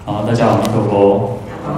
好，大家好，弥陀佛。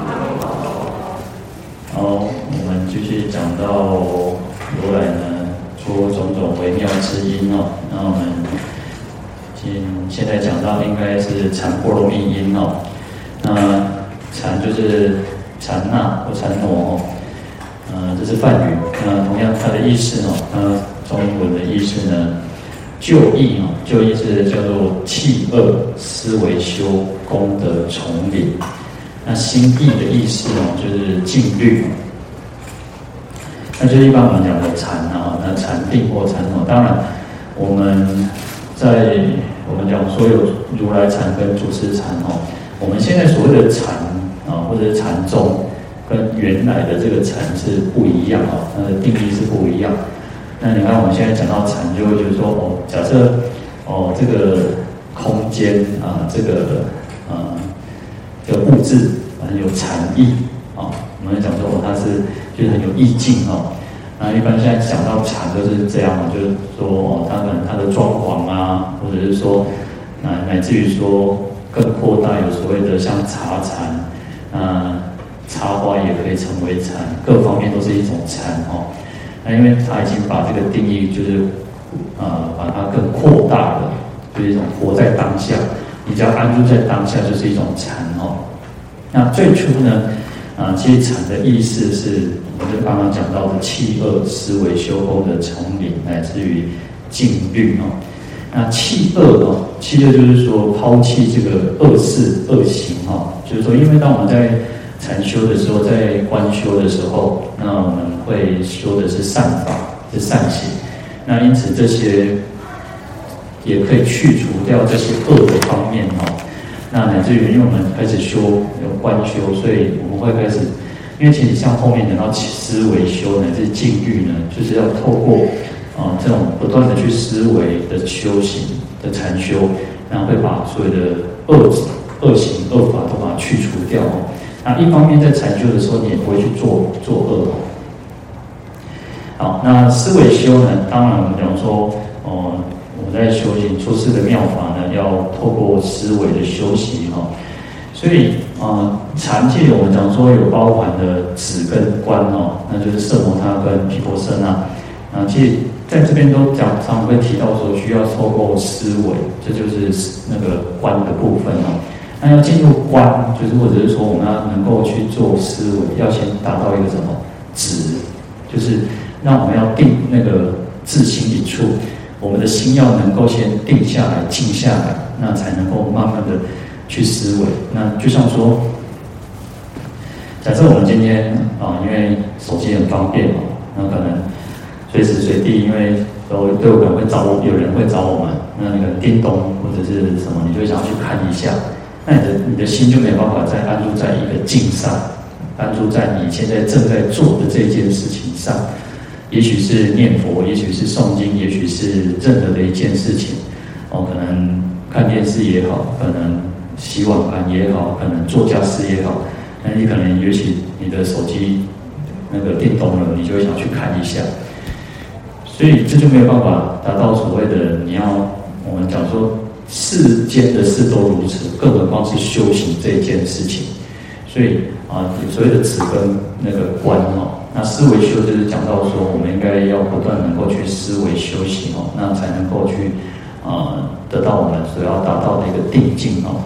好，我们继续讲到如来呢，出种种微妙之音哦。那我们现在讲到应该是禅波罗蜜音哦。那禅就是禅那或禅挪哦，这是梵语。那同样它的意思哦，它中文的意思呢，就义哦，就义是叫做弃恶思维修功德从领。那心意的意思哦，就是静虑。那就一般我们讲的禅啊，那禅定或禅挪。当然，我们讲所有如来禅跟祖师禅哦，我们现在所谓的禅啊，或者是禅宗，跟原来的这个禅是不一样哦，它的定义是不一样。那你看我们现在讲到禅，就会觉得说哦，假设哦这个空间啊，这个物质很有禅意啊，我们讲说哦，它是就是很有意境哦。那一般现在讲到禅都是这样，就是说哦，它可能它的装潢啊，或者是说乃至于说更扩大有所谓的像茶禅，插花也可以成为禅，各方面都是一种禅哦。那因为他已经把这个定义就是把它更扩大了，就是一种活在当下，你只要安住在当下就是一种禅哦。那最初呢，其实禅的意思是，我就刚刚讲到的弃恶思维修功的从领，乃至于静虑哦。那弃恶哦，弃恶就是说抛弃这个恶事恶行哦，就是说，因为当我们在禅修的时候，在观修的时候，那我们会修的是善法，是善行。那因此这些也可以去除掉这些恶的方面哦。那乃至于因为我们开始修有观修，所以我们会开始，因为其实像后面讲到思维修乃至静虑呢，就是要透过这种不断的去思维的修行的禅修，然后会把所有的恶行恶法都把它去除掉哦。那一方面在禅修的时候，你也不会去做恶哦。好，那思维修呢？当然我们讲说，我们在修行出世的妙法呢，要透过思维的修习哈。所以禅界我们讲说有包含的止跟观哦，那就是色摩他跟毗婆舍那。其实在这边都常常会提到说，需要透过思维，这就是那个观的部分哦。那要进入观，就是或者是说我们要能够去做思维，要先达到一个什么止，就是让我们要定那个自心一处，我们的心要能够先定下来、静下来，那才能够慢慢的去思维。那就像说，假设我们今天因为手机很方便嘛，那可能随时随地，因为都有可能会有人会找我们，那个叮咚或者是什么，你就会想要去看一下。那你的心就没有办法再安住在一个静上，安住在你现在正在做的这件事情上。也许是念佛，也许是诵经，也许是任何的一件事情。可能看电视也好，可能洗碗盘也好，可能做家事也好。那你可能也许你的手机那个叮咚了，你就会想去看一下。所以这就没有办法达到所谓的我们讲说世间的事都如此，更何况是修行这件事情。所以所谓的止跟那个观哦，那思维修就是讲到说，我们应该要不断能够去思维修行哦，那才能够去得到我们所要达到的一个定境哦。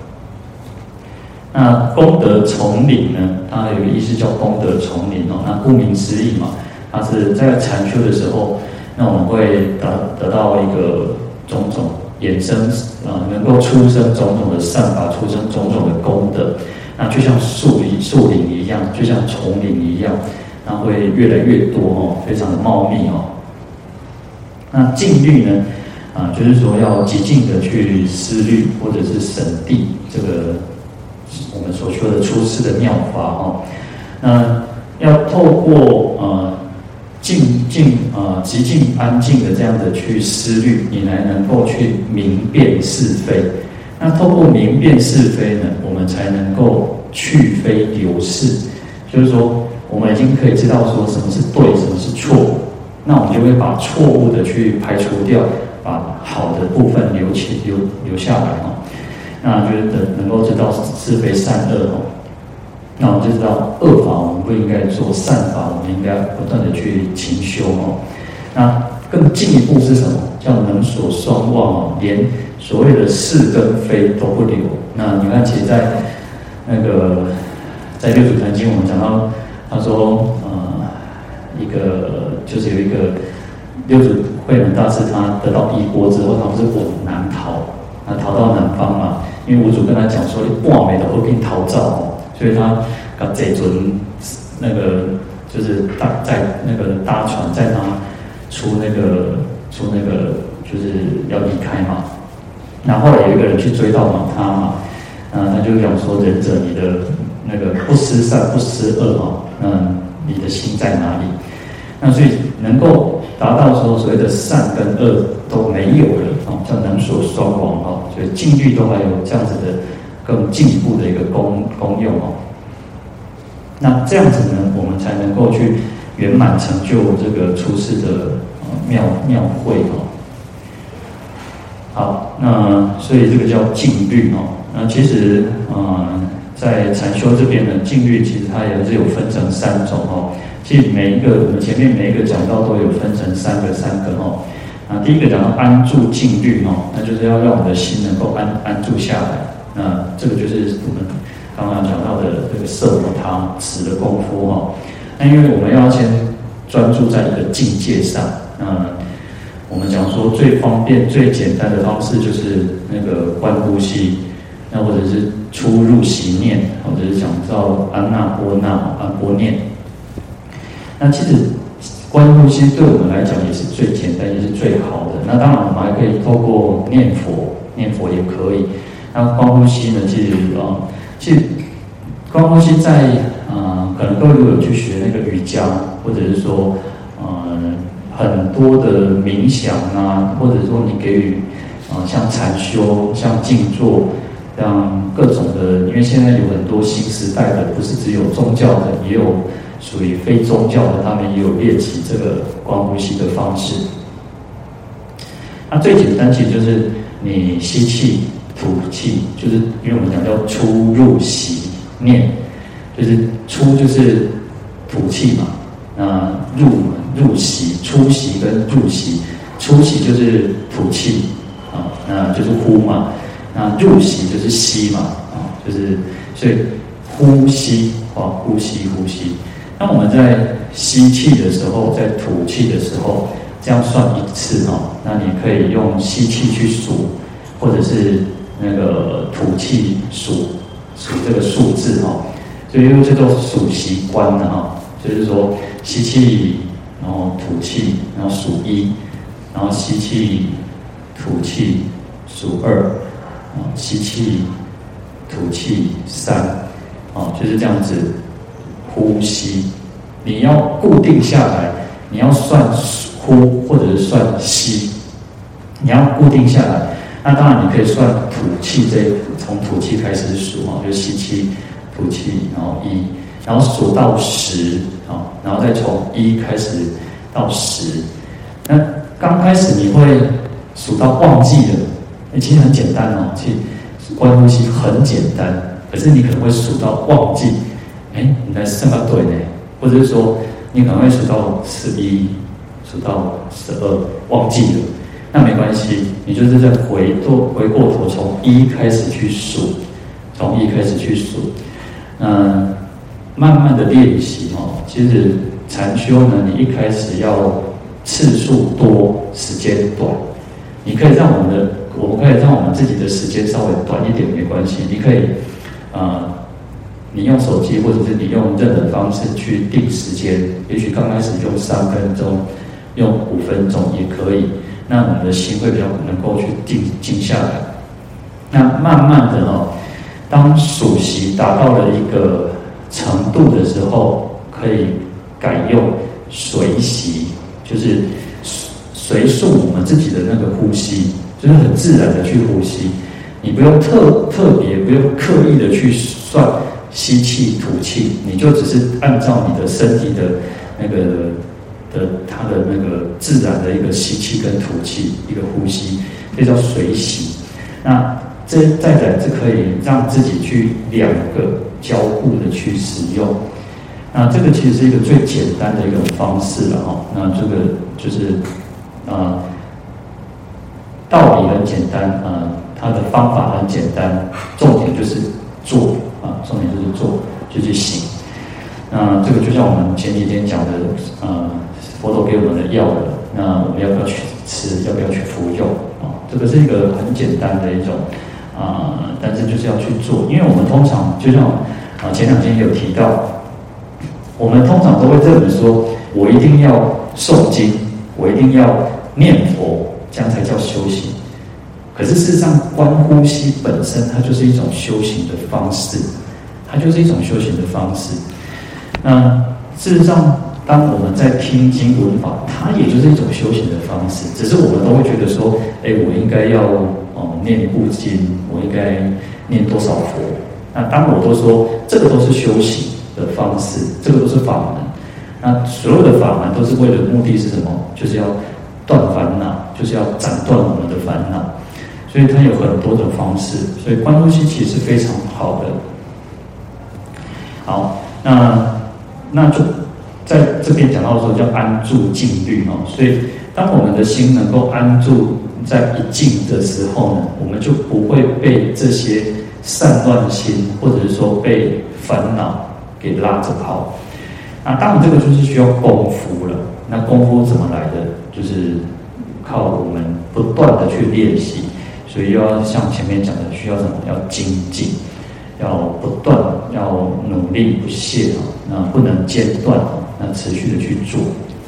那功德从领呢，它有一个意思叫功德从领哦。那顾名思义嘛，它是在禅修的时候，那我们会得到一个种种衍生能够出生种种的善法，出生种种的功德。那就像树林一样，就像丛林一样，那会越来越多哦，非常的茂密哦。那静虑呢，就是说要极静的去思虑或者是审谛这个我们所说的出世的妙法哦。那要透过极静安静的这样的去思虑，你才能够去明辨是非。那透过明辨是非呢，我们才能够去非流是，就是说我们已经可以知道说什么是对，什么是错，那我们就会把错误的去排除掉，把好的部分留下来哦。 那就是能够知道是非善恶哦。那我们就知道恶法我们不应该做，善法我们应该不断的去勤修哦。那更进一步是什么？叫能所双忘哦，连所谓的是跟非都不留。那你看，其实在那个在六祖坛经，我们讲到，他说一个就是有一个六祖慧能大师，他得到衣钵之后，他不是往南逃，他逃到南方嘛，因为五祖跟他讲说，你半暝都好紧逃走哦，所以他把这尊那个就是在那个搭船载他出那个就是要离开嘛。那后来有一个人去追到他嘛，他就讲说，仁者你的那个不思善不思恶哦，你的心在哪里？那所以能够达到说所谓的善跟恶都没有了哦，叫能所双忘哦，所以禁律都还有这样子的更进一步的一个功用哦。那这样子呢，我们才能够去圆满成就这个出世的妙慧哦。好，那所以这个叫禁律哦。那其实在禅修这边呢，禁律其实它也是有分成3种哦。其实我们前面每一个讲到都有分成三个哦。第一个讲到安住禁律哦，那就是要让我们的心能够安住下来。那这个就是我们刚刚讲到的这个摄摩他持的功夫哦。那因为我们要先专注在一个境界上，我们讲说最方便、最简单的方式就是那个观呼吸，那或者是出入息念，或者是讲到安那波念。那其实观呼吸对我们来讲也是最简单，也是最好的。那当然我们还可以透过念佛也可以。那观呼吸呢，其实观呼吸在可能各位如果有去学那个瑜伽，或者是说很多的冥想啊，或者说你给予像禅修、像静坐，像各种的，因为现在有很多新时代的，不是只有宗教的，也有属于非宗教的，他们也有练习这个观呼吸的方式。那最简单其实就是你吸气、吐气，就是因为我们讲叫出入息念，就是出就是吐气嘛，那入息、出息跟入息，出息就是吐气那就是呼嘛，那入息就是吸嘛就是所以呼吸呼吸。那我们在吸气的时候，在吐气的时候，这样算一次那你可以用吸气去数，或者是那个吐气数这个数字所以用这种数息观的就是说吸气，然后吐气，然后数1，然后吸气吐气数2，吸气吐气3，就是这样子呼吸。你要固定下来，你要算呼或者是算吸，你要固定下来。那当然你可以算吐气，从吐气开始数就吸气吐气，然后1，然后数到10然后再从1开始到10。那刚开始你会数到忘记了，其实很简单其实观呼吸很简单，可是你可能会数到忘记，你在剩到对呢，或者是说你可能会数到11，数到12，忘记了，那没关系，你就是再回过头从1开始去数，慢慢的练习其实禅修呢，你一开始要次数多，时间短。我们可以让我们自己的时间稍微短一点没关系。你可以你用手机或者是你用任何方式去定时间，也许刚开始用3分钟，用5分钟也可以。那我们的心会比较能够去静下来。那慢慢的当数息达到了一个程度的时候，可以改用随息，就是随顺我们自己的那个呼吸，就是很自然的去呼吸，你不用特别不用刻意的去算吸气吐气，你就只是按照你的身体的那个它的那个自然的一个吸气跟吐气一个呼吸，这叫随息。那再来这可以让自己去两个交互的去使用。那这个其实是一个最简单的一种方式了哈。那这个就是道理很简单，它的方法很简单，重点就是做重点就是做，就去行。那这个就像我们前几天讲的，佛陀给我们的药了，那我们要不要去吃，要不要去服用这个是一个很简单的一种但是就是要去做，因为我们通常就像前两天有提到，我们通常都会认为说，我一定要诵经，我一定要念佛，这样才叫修行。可是事实上，观呼吸本身它就是一种修行的方式，它就是一种修行的方式。那事实上，当我们在听经闻法，它也就是一种修行的方式。只是我们都会觉得说，我应该要念部经，我应该念多少佛。那当我都说这个都是修行的方式，这个都是法门。那所有的法门都是为了目的是什么？就是要断烦恼，就是要斩断我们的烦恼。所以它有很多的方式，所以观呼吸其实是非常好的。好，那就在这边讲到说叫安住静虑所以当我们的心能够安住在一静的时候呢，我们就不会被这些散乱心或者是说被烦恼给拉着跑。那当然这个就是需要功夫了。那功夫怎么来的？就是靠我们不断的去练习。所以又要像前面讲的，需要什么？要精进，要不断，要努力不懈那不能间断那持续的去做。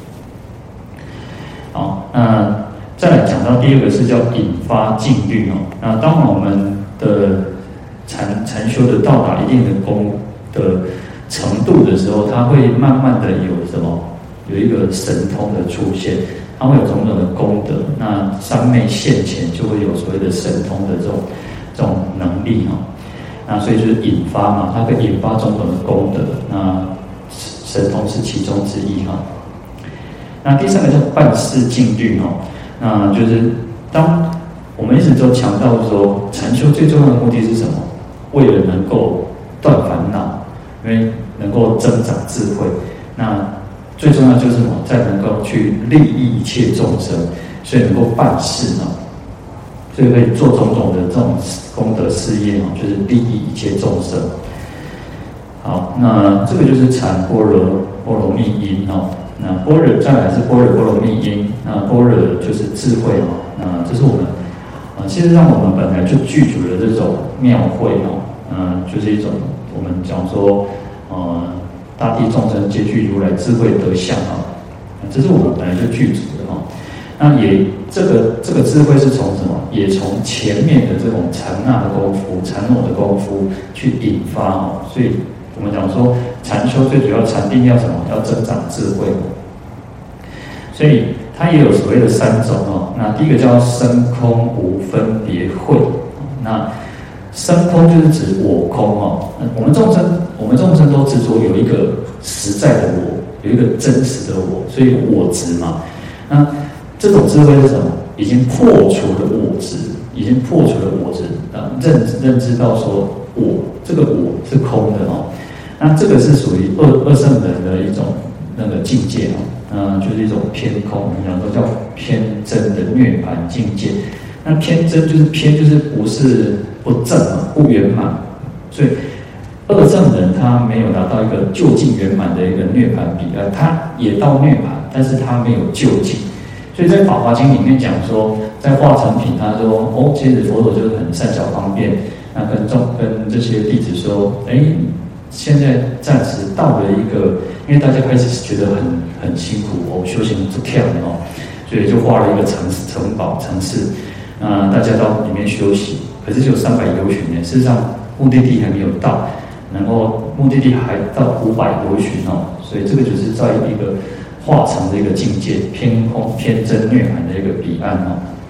好，那再来讲到第二个是叫引发静虑那当我们的禅修的到达一定的功的程度的时候，它会慢慢的有什么？有一个神通的出现。它会有种种的功德，那三昧现前就会有所谓的神通的这种能力那所以就是引发嘛，它可以引发种种的功德，那神通是其中之一那第三个叫办事静虑那就是当我们一直都强调说，禅修最重要的目的是什么？为了能够断烦恼，因为能够增长智慧。那最重要就是什么？再能够去利益一切众生，所以能够办事所以可以做种种的这种功德事业就是利益一切众生。好，那这个就是禅般若波罗蜜因那般若再来是般若波罗蜜因，那般若就是智慧那这是我们事实上我们本来就具足的这种妙慧就是一种我们讲说大地众生皆具如来智慧德相这是我们本来就具足的那也这个智慧是从什么？也从前面的这种禅那的功夫、禅那的功夫去引发所以我们讲说禅修最主要禅定要什么？要增长智慧所以它也有所谓的三种那第一个叫生空无分别慧那生空就是指我空我们众生都执着有一个实在的我，有一个真实的我，所以我执嘛。那这种智慧是什么？已经破除了我执，已经破除了我执认知到说我这个我是空的那这个是属于二圣人的一种那个境界就是一种偏空，我们讲说叫偏真的涅槃境界。那偏真就是偏，就是不是不正不圆满，所以二圣人他没有达到一个究竟圆满的一个涅槃彼岸，他也到涅槃，但是他没有究竟。所以在《法华经》里面讲说，在化成品，他说其实佛陀就是很善巧方便，那跟这些弟子说，现在暂时到了一个，因为大家开始觉得很辛苦修行不跳所以就画了一个城堡城市。大家到里面休息，可是只有300由旬呢。事实上，目的地还没有到，然后目的地还到500由旬所以这个就是在一个化成的一个境界，偏空偏真涅槃的一个彼岸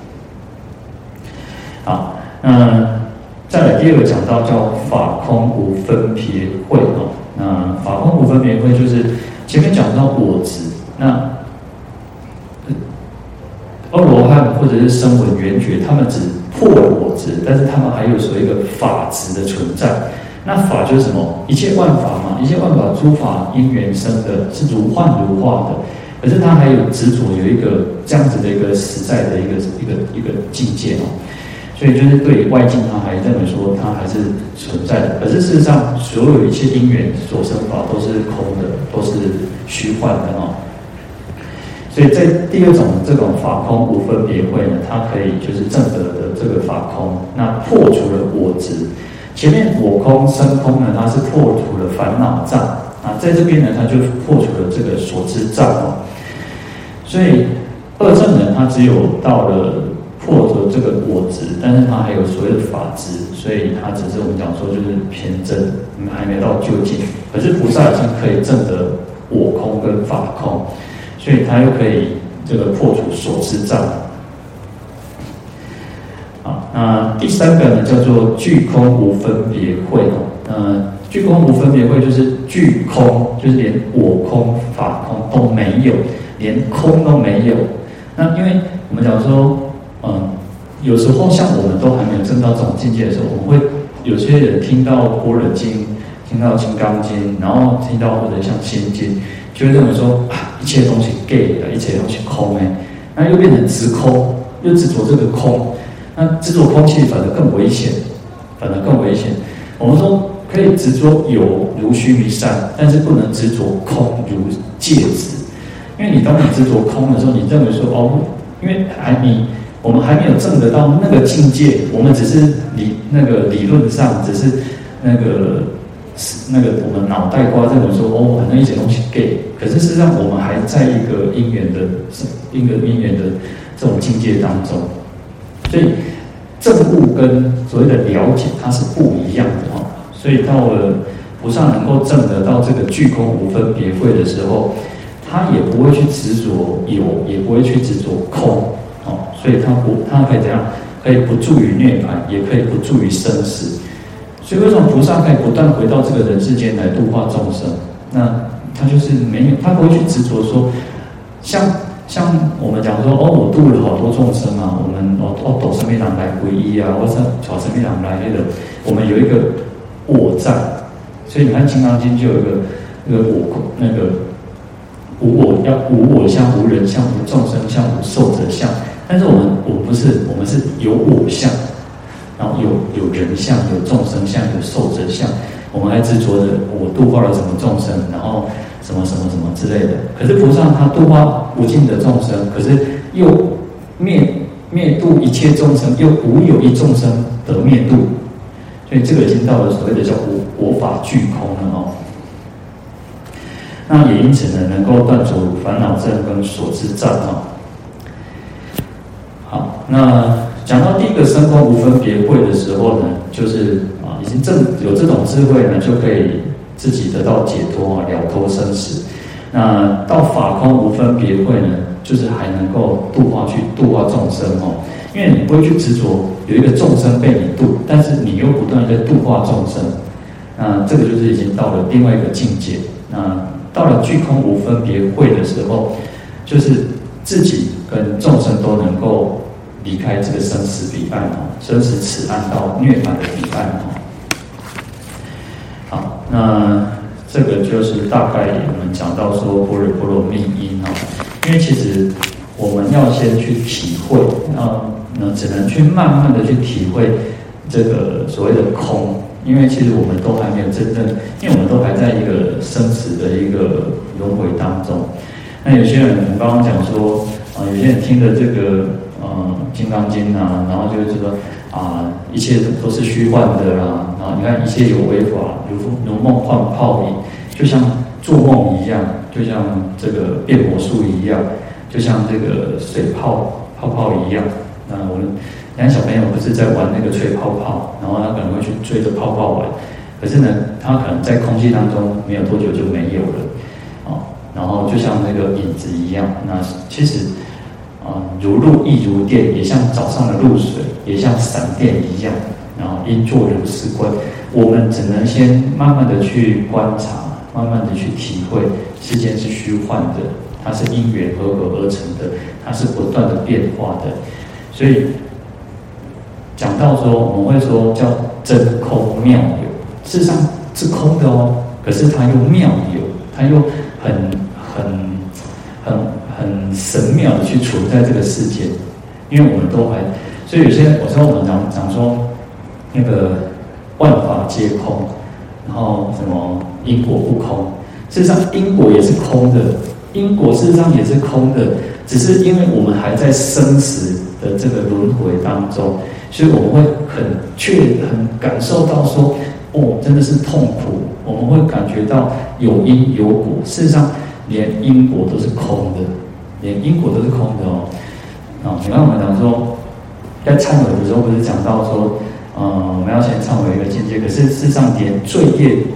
好，再来第二个讲到叫法空无分别慧那法空无分别慧就是前面讲到我执那。阿罗汉或者是声闻缘觉，他们只破了我执，但是他们还有所谓一个法执的存在。那法就是什么？一切万法嘛，一切万法诸法因缘生的，是如幻如化的。可是他还有执着，有一个这样子的一个实在的一个境界哦。所以就是对于外境，他还认为说它还是存在的。可是事实上，所有一切因缘所生法都是空的，都是虚幻的哦。所以在第二种这种法空无分别慧呢，它可以就是证得的这个法空，那破除了我执。前面我空生空呢，它是破除了烦恼障啊，在这边呢，它就破除了这个所知障哦。所以二正人他只有到了破除这个我执，但是他还有所谓的法执，所以他只是我们讲说就是偏正，还没到究竟。可是菩萨已经可以证得我空跟法空，所以他又可以这个破除所知障。好，那第三个呢，叫做具空无分别慧哦。具空无分别慧就是具空，就是连我空、法空都没有，连空都没有。那因为我们讲说，有时候像我们都还没有证到这种境界的时候，我们会有些人听到般若经，听到金刚经，然后听到或者像心经，就会认为说一切东西假的，一切东西空哎，那又变成执空，又执着这个空。那执着空气反而更危险，我们说可以执着有如须弥山，但是不能执着空如芥子。因为当你执着空的时候，你认为说因为我们还没有证得到那个境界，我们只是理论上只是那个我们脑袋瓜认为说反正一些东西给，可是事实上我们还在一个因缘的这种境界当中。所以证悟跟所谓的了解，它是不一样的哦。所以到了菩萨能够证得到这个具空无分别慧的时候，他也不会去执着有，也不会去执着空哦。所以他可以怎样？可以不住于涅槃，也可以不住于生死。所以为什么菩萨可以不断回到这个人世间来度化众生？那他就是没有，他不会去执着说像我们讲说我度了好多众生啊，我们抖什么人来皈依啊，或者找什么人来我们有一个我在，所以你看《金刚经》就有一个无我，要无我相、无人相、无众生相、无寿者相。但是我们不是，我们是有我相，然后有人相、有众生相、有寿者相。我们还执着着我度化了什么众生，然后什么什么什么之类的。可是菩萨他度化无尽的众生，可是又灭度一切众生，又无有一众生得灭度，所以这个已经到了所谓的叫我法具空了哦。那也因此呢，能够断除烦恼症跟所知障哦。好，那讲到第一个生空无分别慧的时候呢，就是已经有这种智慧呢，就可以自己得到解脱了脱生死。那到法空无分别慧呢，就是还能够度化众生哦，因为你不会去执着有一个众生被你度，但是你又不断在度化众生，那这个就是已经到了另外一个境界。那到了具空无分别慧的时候，就是自己跟众生都能够离开这个生死彼岸哦，生死此岸到涅槃的彼岸哦。好，那这个就是大概我们讲到说般若波罗蜜因哦，因为其实我们要先去体会，只能去慢慢的去体会这个所谓的空，因为其实我们都还没有真正，因为我们都还在一个生死的一个轮回当中。那有些人我们刚刚讲说，有些人听了这个《金刚经》啊，然后就会觉得一切都是虚幻的啦，然后你看一切有为法，如梦幻泡影，就像做梦一样，就像这个变魔术一样，就像这个水泡一样。那我们你看小朋友不是在玩那个吹泡泡，然后他可能会去追着泡泡玩，可是呢，他可能在空气当中没有多久就没有了，然后就像那个影子一样。那其实如露亦如电，也像早上的露水，也像闪电一样，然后应作如是观。我们只能先慢慢的去观察，慢慢的去体会，世间是虚幻的，它是因缘合而成的，它是不断的变化的。所以讲到说，我们会说叫真空妙有，事实上是空的哦，可是它又妙有，它又很神妙的去存在这个世界，因为我们都还，所以有些我说我们讲说那个万法皆空，然后什么因果不空，事实上因果也是空的，因果事实上也是空的，只是因为我们还在生死的这个轮回当中，所以我们会很感受到说，哦，真的是痛苦，我们会感觉到有因有果，事实上连因果都是空的，连因果都是空的哦。你看我们讲说，在忏悔的时候不是讲到说，我们要先忏悔一个境界，可是事实上连罪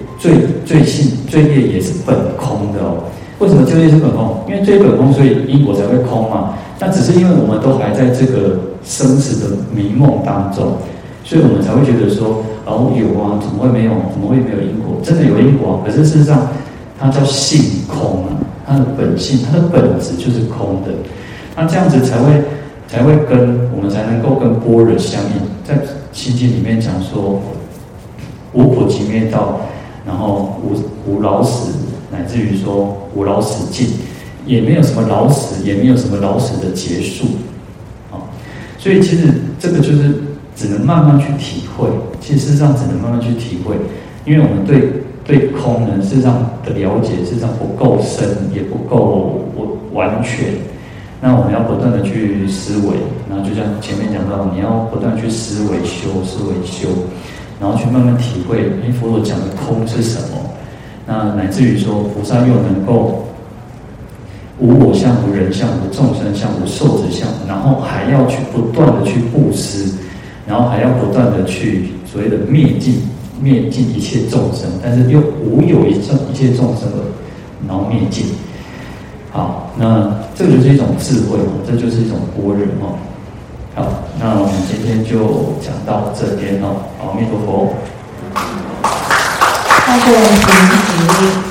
业也是本空的哦。为什么罪业是本空？因为罪本空，所以因果才会空嘛。那只是因为我们都还在这个生死的迷梦当中，所以我们才会觉得说，哦，有啊，怎么会没有？怎么会没有因果？真的有因果啊，可是事实上它叫性空啊，它的本性，它的本质就是空的。那这样子才会跟我们才能够跟般若相应。在心经里面讲说，无苦集灭道，然后无老死，乃至于说无老死尽，也没有什么老死，也没有什么老死的结束。所以其实这个就是只能慢慢去体会。其实事实上只能慢慢去体会，因为我们对空呢，事实上的了解事实上不够深，也不够完全。那我们要不断的去思维，然后就像前面讲到，你要不断去思维修，然后去慢慢体会，佛陀讲的空是什么？那乃至于说，菩萨又能够无我相、无人相、无众生相、无寿者相，然后还要去不断的去布施，然后还要不断的去所谓的灭尽一切众生，但是又无有一切众生的，然后灭尽。好，那这个就是一种智慧，这就是一种般若哦。好，那我们今天就讲到这边哦。阿弥陀佛。 大众平时